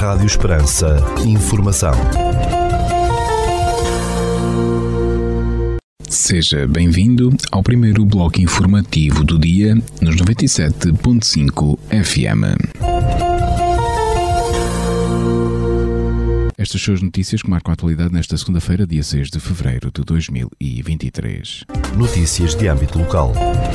Rádio Esperança. Informação. Seja bem-vindo ao primeiro bloco informativo do dia nos 97.5 FM. Estas são as notícias que marcam a atualidade nesta segunda-feira, dia 6 de fevereiro de 2023. Notícias de âmbito local.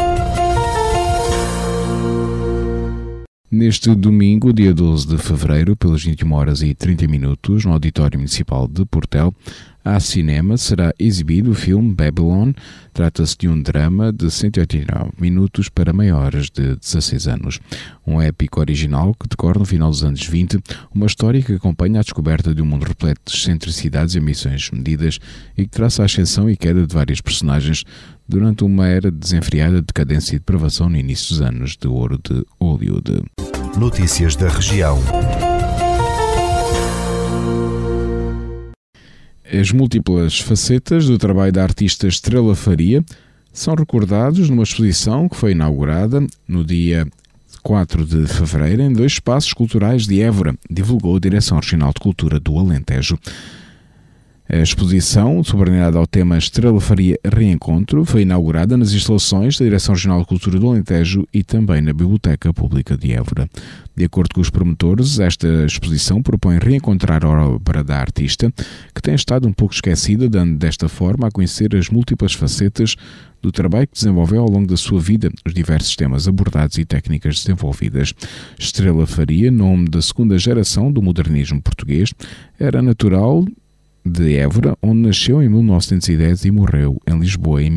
Neste domingo, dia 12 de fevereiro, pelas 21h30, no Auditório Municipal de Portel, à cinema, será exibido o filme Babylon. Trata-se de um drama de 189 minutos para maiores de 16 anos. Um épico original que decorre no final dos anos 20, uma história que acompanha a descoberta de um mundo repleto de excentricidades e ambições medidas e que traça a ascensão e queda de vários personagens durante uma era desenfreada de decadência e depravação no início dos anos de ouro de Hollywood. Notícias da região. As múltiplas facetas do trabalho da artista Estrela Faria são recordados numa exposição que foi inaugurada no dia 4 de fevereiro em 2 espaços culturais de Évora, divulgou a Direção Regional de Cultura do Alentejo. A exposição, subordinada ao tema Estrela Faria Reencontro, foi inaugurada nas instalações da Direção Regional de Cultura do Alentejo e também na Biblioteca Pública de Évora. De acordo com os promotores, esta exposição propõe reencontrar a obra da artista, que tem estado um pouco esquecida, dando desta forma a conhecer as múltiplas facetas do trabalho que desenvolveu ao longo da sua vida, os diversos temas abordados e técnicas desenvolvidas. Estrela Faria, nome da segunda geração do modernismo português, era natural de Évora, onde nasceu em 1910 e morreu em Lisboa em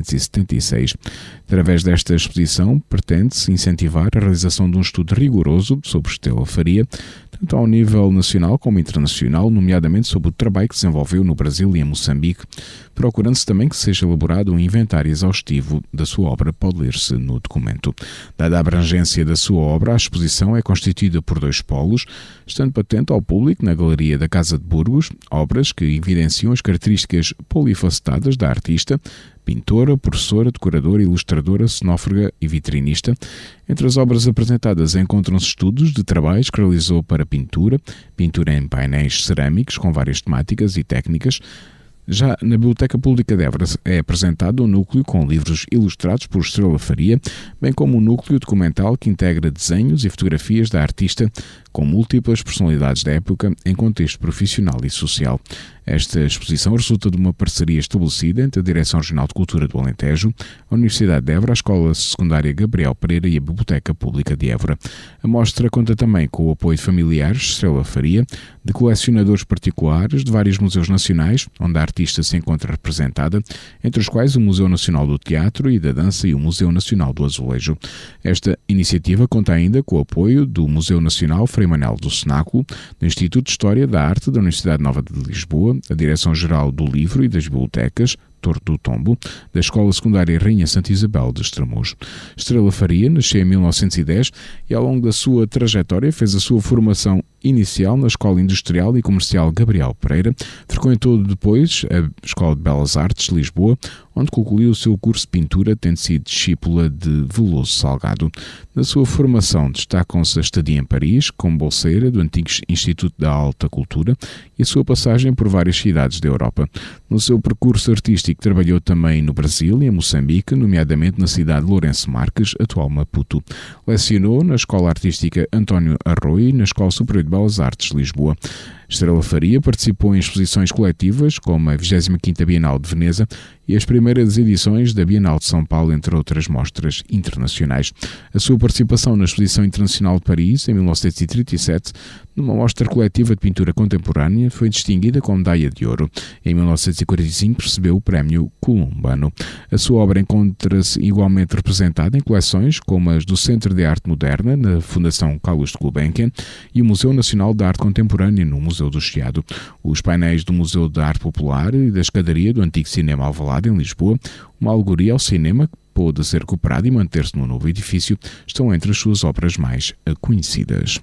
1976. Através desta exposição, pretende-se incentivar a realização de um estudo rigoroso sobre Estrela Faria, tanto ao nível nacional como internacional, nomeadamente sobre o trabalho que desenvolveu no Brasil e em Moçambique, procurando-se também que seja elaborado um inventário exaustivo da sua obra, pode ler-se no documento. Dada a abrangência da sua obra, a exposição é constituída por 2 polos, estando patente ao público na Galeria da Casa de Burgos, obras que evidenciam as características polifacetadas da artista, pintora, professora, decoradora, ilustradora, cenógrafa e vitrinista. Entre as obras apresentadas encontram-se estudos de trabalhos que realizou para pintura em painéis cerâmicos com várias temáticas e técnicas. Já na Biblioteca Pública de Évora é apresentado um núcleo com livros ilustrados por Estrela Faria, bem como um núcleo documental que integra desenhos e fotografias da artista com múltiplas personalidades da época em contexto profissional e social. Esta exposição resulta de uma parceria estabelecida entre a Direção Regional de Cultura do Alentejo, a Universidade de Évora, a Escola Secundária Gabriel Pereira e a Biblioteca Pública de Évora. A mostra conta também com o apoio de familiares de Estrela Faria, de colecionadores particulares de vários museus nacionais, onde a artista se encontra representada, entre os quais o Museu Nacional do Teatro e da Dança e o Museu Nacional do Azulejo. Esta iniciativa conta ainda com o apoio do Museu Nacional Frei Manuel do Cenáculo, do Instituto de História da Arte da Universidade Nova de Lisboa, a Direção-Geral do Livro e das Bibliotecas, Torre do Tombo, da Escola Secundária Rainha Santa Isabel de Estremoz. Estrela Faria nasceu em 1910 e ao longo da sua trajetória fez a sua formação inicial na Escola Industrial e Comercial Gabriel Pereira, frequentou depois a Escola de Belas Artes de Lisboa, onde concluiu o seu curso de pintura, tendo sido discípula de Veloso Salgado. Na sua formação destacam-se a estadia em Paris, como bolseira do antigo Instituto da Alta Cultura, e a sua passagem por várias cidades da Europa. No seu percurso artístico trabalhou também no Brasil e em Moçambique, nomeadamente na cidade de Lourenço Marques, atual Maputo. Lecionou na Escola Artística António Arroio e na Escola Superior de Belas Artes de Lisboa. Estrela Faria participou em exposições coletivas, como a 25ª Bienal de Veneza e as primeiras edições da Bienal de São Paulo, entre outras mostras internacionais. A sua participação na Exposição Internacional de Paris, em 1937, numa mostra coletiva de pintura contemporânea, foi distinguida com medalha de ouro. Em 1945 recebeu o Prémio Columbano. A sua obra encontra-se igualmente representada em coleções como as do Centro de Arte Moderna, na Fundação Carlos de Gulbenkian, e o Museu Nacional de Arte Contemporânea, no Museu do Chiado. Os painéis do Museu de Arte Popular e da escadaria do antigo Cinema Alvalade, em Lisboa, uma alegoria ao cinema que pôde ser recuperado e manter-se no novo edifício, estão entre as suas obras mais conhecidas.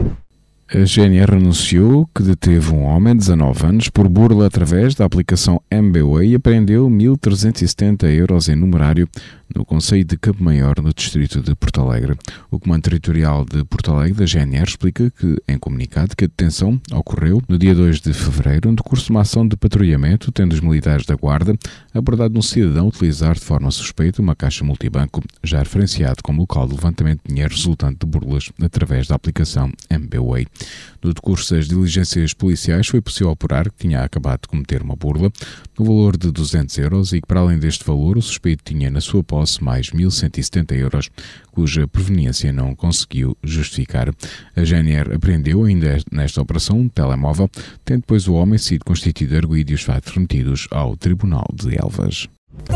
A GNR anunciou que deteve um homem de 19 anos por burla através da aplicação MBWay e apreendeu 1.370 € em numerário no concelho de Campo Maior, no distrito de Porto Alegre. O Comando Territorial de Porto Alegre, da GNR, explica que, em comunicado, que a detenção ocorreu no dia 2 de fevereiro, no decurso de uma ação de patrulhamento, tendo os militares da Guarda abordado um cidadão utilizar de forma suspeita uma caixa multibanco, já referenciado como local de levantamento de dinheiro resultante de burlas através da aplicação MBWay. No decurso das diligências policiais, foi possível apurar que tinha acabado de cometer uma burla no valor de 200 euros e que, para além deste valor, o suspeito tinha na sua posse mais 1.170 euros, cuja proveniência não conseguiu justificar. A GNR apreendeu ainda nesta operação um telemóvel, tendo depois o homem sido constituído arguido e os fatos remetidos ao Tribunal de Elvas.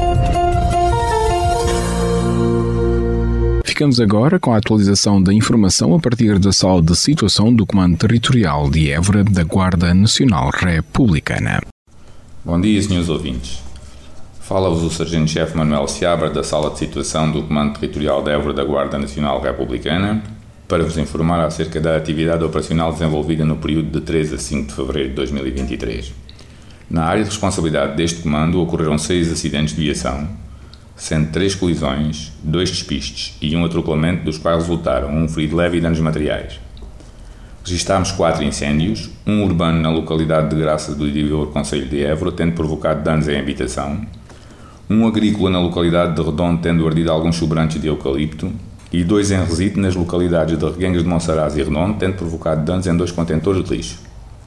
Ficamos agora com a atualização da informação a partir da sala de situação do Comando Territorial de Évora da Guarda Nacional Republicana. Bom dia, senhores ouvintes. Fala-vos o Sargento-Chefe Manuel Seabra da sala de situação do Comando Territorial de Évora da Guarda Nacional Republicana para vos informar acerca da atividade operacional desenvolvida no período de 3 a 5 de fevereiro de 2023. Na área de responsabilidade deste comando ocorreram 6 acidentes de viação, sendo 3 colisões, 2 despistes e um atropelamento, dos quais resultaram um ferido leve e danos materiais. Registámos 4 incêndios, um urbano na localidade de Graça do Dividor, concelho de Évora, tendo provocado danos em habitação, um agrícola na localidade de Redondo, tendo ardido alguns sobrantes de eucalipto, e 2 em Resite nas localidades de Reguengos de Monsaraz e Redondo, tendo provocado danos em 2 contentores de lixo.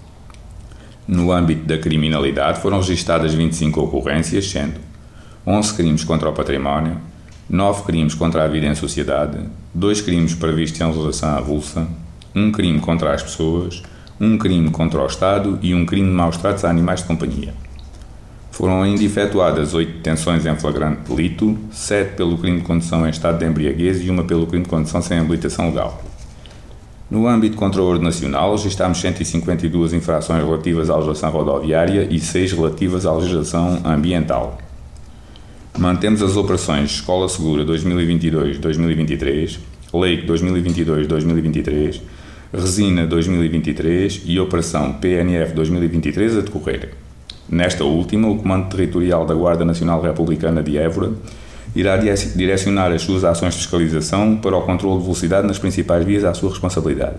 No âmbito da criminalidade foram registadas 25 ocorrências, sendo 11 crimes contra o património, 9 crimes contra a vida em sociedade, 2 crimes previstos em legislação avulsa, 1 crime contra as pessoas, 1 crime contra o Estado e 1 crime de maus tratos a animais de companhia. Foram ainda efetuadas 8 detenções em flagrante delito, 7 pelo crime de condução em estado de embriaguez e 1 pelo crime de condução sem habilitação legal. No âmbito contra o ordem nacional, registámos 152 infrações relativas à legislação rodoviária e 6 relativas à legislação ambiental. Mantemos as operações Escola Segura 2022-2023, Lake 2022-2023, Resina 2023 e Operação PNF 2023 a decorrer. Nesta última, o Comando Territorial da Guarda Nacional Republicana de Évora irá direcionar as suas ações de fiscalização para o controle de velocidade nas principais vias à sua responsabilidade.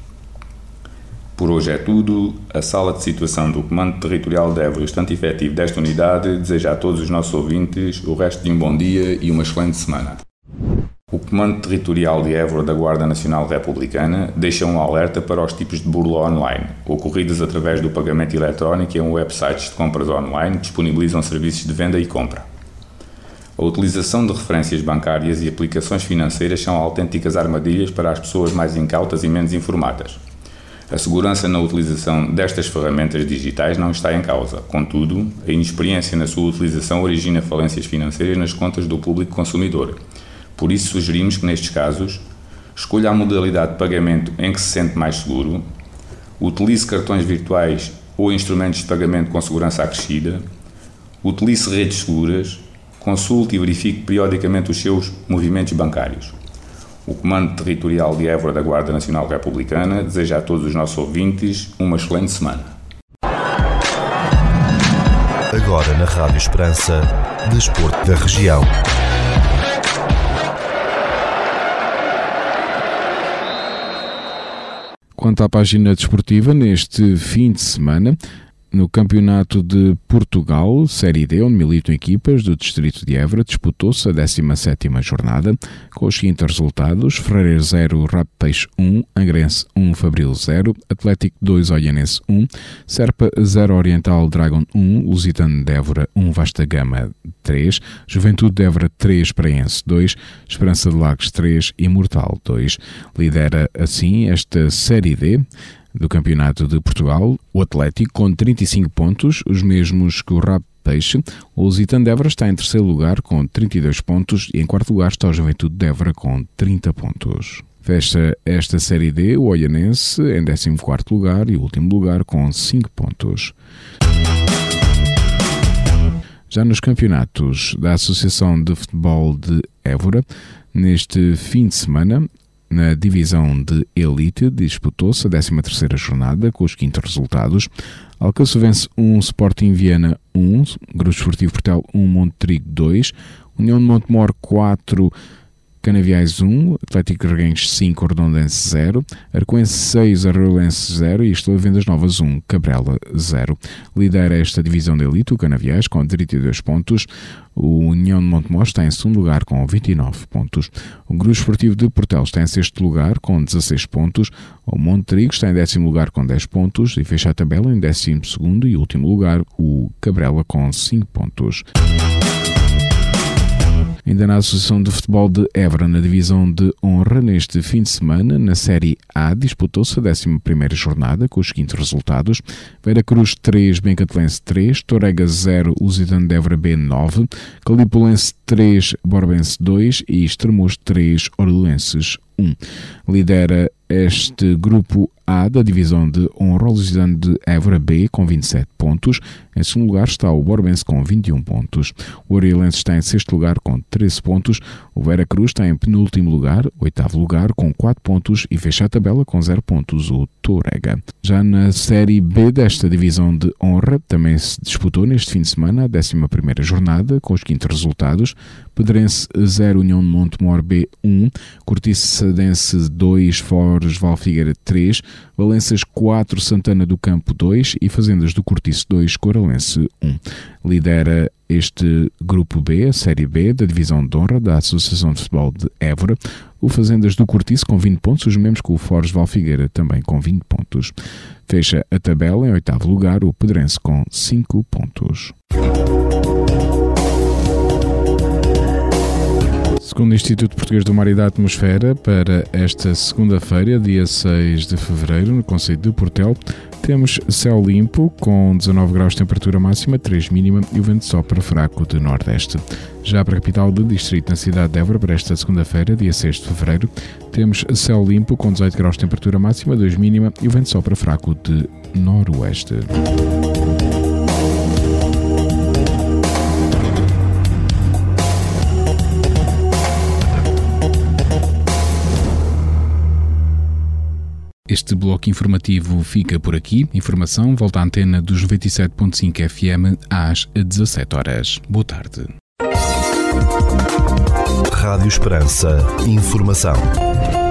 Por hoje é tudo. A sala de situação do Comando Territorial de Évora, estante efetivo desta unidade, deseja a todos os nossos ouvintes o resto de um bom dia e uma excelente semana. O Comando Territorial de Évora da Guarda Nacional Republicana deixa um alerta para os tipos de burla online, ocorridos através do pagamento eletrónico em websites de compras online que disponibilizam serviços de venda e compra. A utilização de referências bancárias e aplicações financeiras são autênticas armadilhas para as pessoas mais incautas e menos informadas. A segurança na utilização destas ferramentas digitais não está em causa. Contudo, a inexperiência na sua utilização origina falências financeiras nas contas do público consumidor. Por isso, sugerimos que, nestes casos, escolha a modalidade de pagamento em que se sente mais seguro, utilize cartões virtuais ou instrumentos de pagamento com segurança acrescida, utilize redes seguras, consulte e verifique periodicamente os seus movimentos bancários. O Comando Territorial de Évora da Guarda Nacional Republicana deseja a todos os nossos ouvintes uma excelente semana. Agora na Rádio Esperança, Desporto da Região. Quanto à página desportiva, neste fim de semana, no Campeonato de Portugal, Série D, onde militam equipas do Distrito de Évora, disputou-se a 17ª jornada, com os seguintes resultados: Ferreiros 0, Rap Peixe 1, Angrense 1, Fabril 0, Atlético 2, Olhanense 1, Serpa 0, Oriental Dragon 1, Lusitano de Évora 1, Vasta Gama 3, Juventude de Évora 3, Praense 2, Esperança de Lagos 3, Imortal 2. Lidera assim esta Série D do Campeonato de Portugal o Atlético com 35 pontos, os mesmos que o Rap Peixe. O Lusitano de Évora está em terceiro lugar com 32 pontos e em quarto lugar está o Juventude de Évora com 30 pontos. Fecha esta Série D o Olhanense em 14º lugar e o último lugar com 5 pontos. Já nos campeonatos da Associação de Futebol de Évora, neste fim de semana, na divisão de Elite, disputou-se a 13ª jornada com os seguintes resultados: Alcaçovense 1, Sporting Viana 1, Grupo Esportivo Portel 1, Monte Trigo 2, União de Montemor 4, Canaviais 1, Atlético Reguengos 5, Redondense 0, Arcoense 6, Arroiolense 0 e Estrela de Vendas Novas 1, Cabrela 0. Lidera esta divisão de elite o Canaviais com 32 pontos. O União de Montemor está em segundo lugar com 29 pontos. O Grupo Esportivo de Portel está em sexto lugar com 16 pontos. O Monte Trigo está em décimo lugar com 10 pontos e fecha a tabela em 12º e último lugar o Cabrela com 5 pontos. Ainda na Associação de Futebol de Évora, na divisão de honra, neste fim de semana, na Série A, disputou-se a 11ª jornada com os seguintes resultados: Vera Cruz 3, Bencatelense 3, Torrega 0, Lusitano de Évora B 9, Calipulense 3, Borbense 2 e Estremoz 3, Orlenses 1. Lidera este grupo A da divisão de honra o Lusitano de Évora B com 27 pontos. Em segundo lugar está o Borbense com 21 pontos. O Orielense está em sexto lugar com 13 pontos. O Vera Cruz está em penúltimo lugar, oitavo lugar, com 4 pontos e fecha a tabela com 0 pontos o Torrega. Já na Série B desta divisão de honra também se disputou neste fim de semana a 11ª jornada com os seguintes resultados: Pedrense 0, União de Montemor B 1, Cortiçadense 2, Foz Valfigueira 3, Valenças 4, Santana do Campo 2 e Fazendas do Cortiço 2, Coralense 1. Lidera este grupo B, a Série B da divisão de honra da Associação de Futebol de Évora, o Fazendas do Cortiço com 20 pontos, os mesmos que o Foz Valfigueira também com 20 pontos. Fecha a tabela em oitavo lugar o Pedrense com 5 pontos. Segundo o Instituto Português do Mar e da Atmosfera, para esta segunda-feira, dia 6 de fevereiro, no concelho de Portel, temos céu limpo, com 19 graus de temperatura máxima, 3 mínima e o vento sopra fraco de nordeste. Já para a capital do distrito, na cidade de Évora, para esta segunda-feira, dia 6 de fevereiro, temos céu limpo, com 18 graus de temperatura máxima, 2 mínima e o vento sopra fraco de noroeste. Este bloco informativo fica por aqui. Informação volta à antena dos 97.5 FM às 17 horas. Boa tarde. Rádio Esperança. Informação.